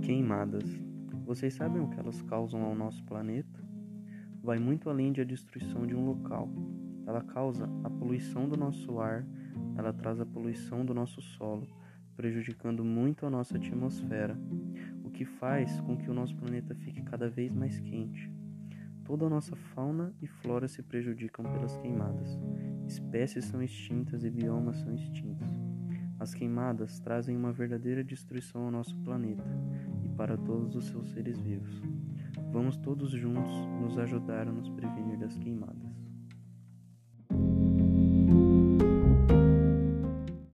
Queimadas. Vocês sabem o que elas causam ao nosso planeta? Vai muito além de a destruição de um local. Ela causa a poluição do nosso ar, ela traz a poluição do nosso solo, prejudicando muito a nossa atmosfera, o que faz com que o nosso planeta fique cada vez mais quente. Toda a nossa fauna e flora se prejudicam pelas queimadas. Espécies são extintas e biomas são extintos. As queimadas trazem uma verdadeira destruição ao nosso planeta e para todos os seus seres vivos. Vamos todos juntos nos ajudar a nos prevenir das queimadas.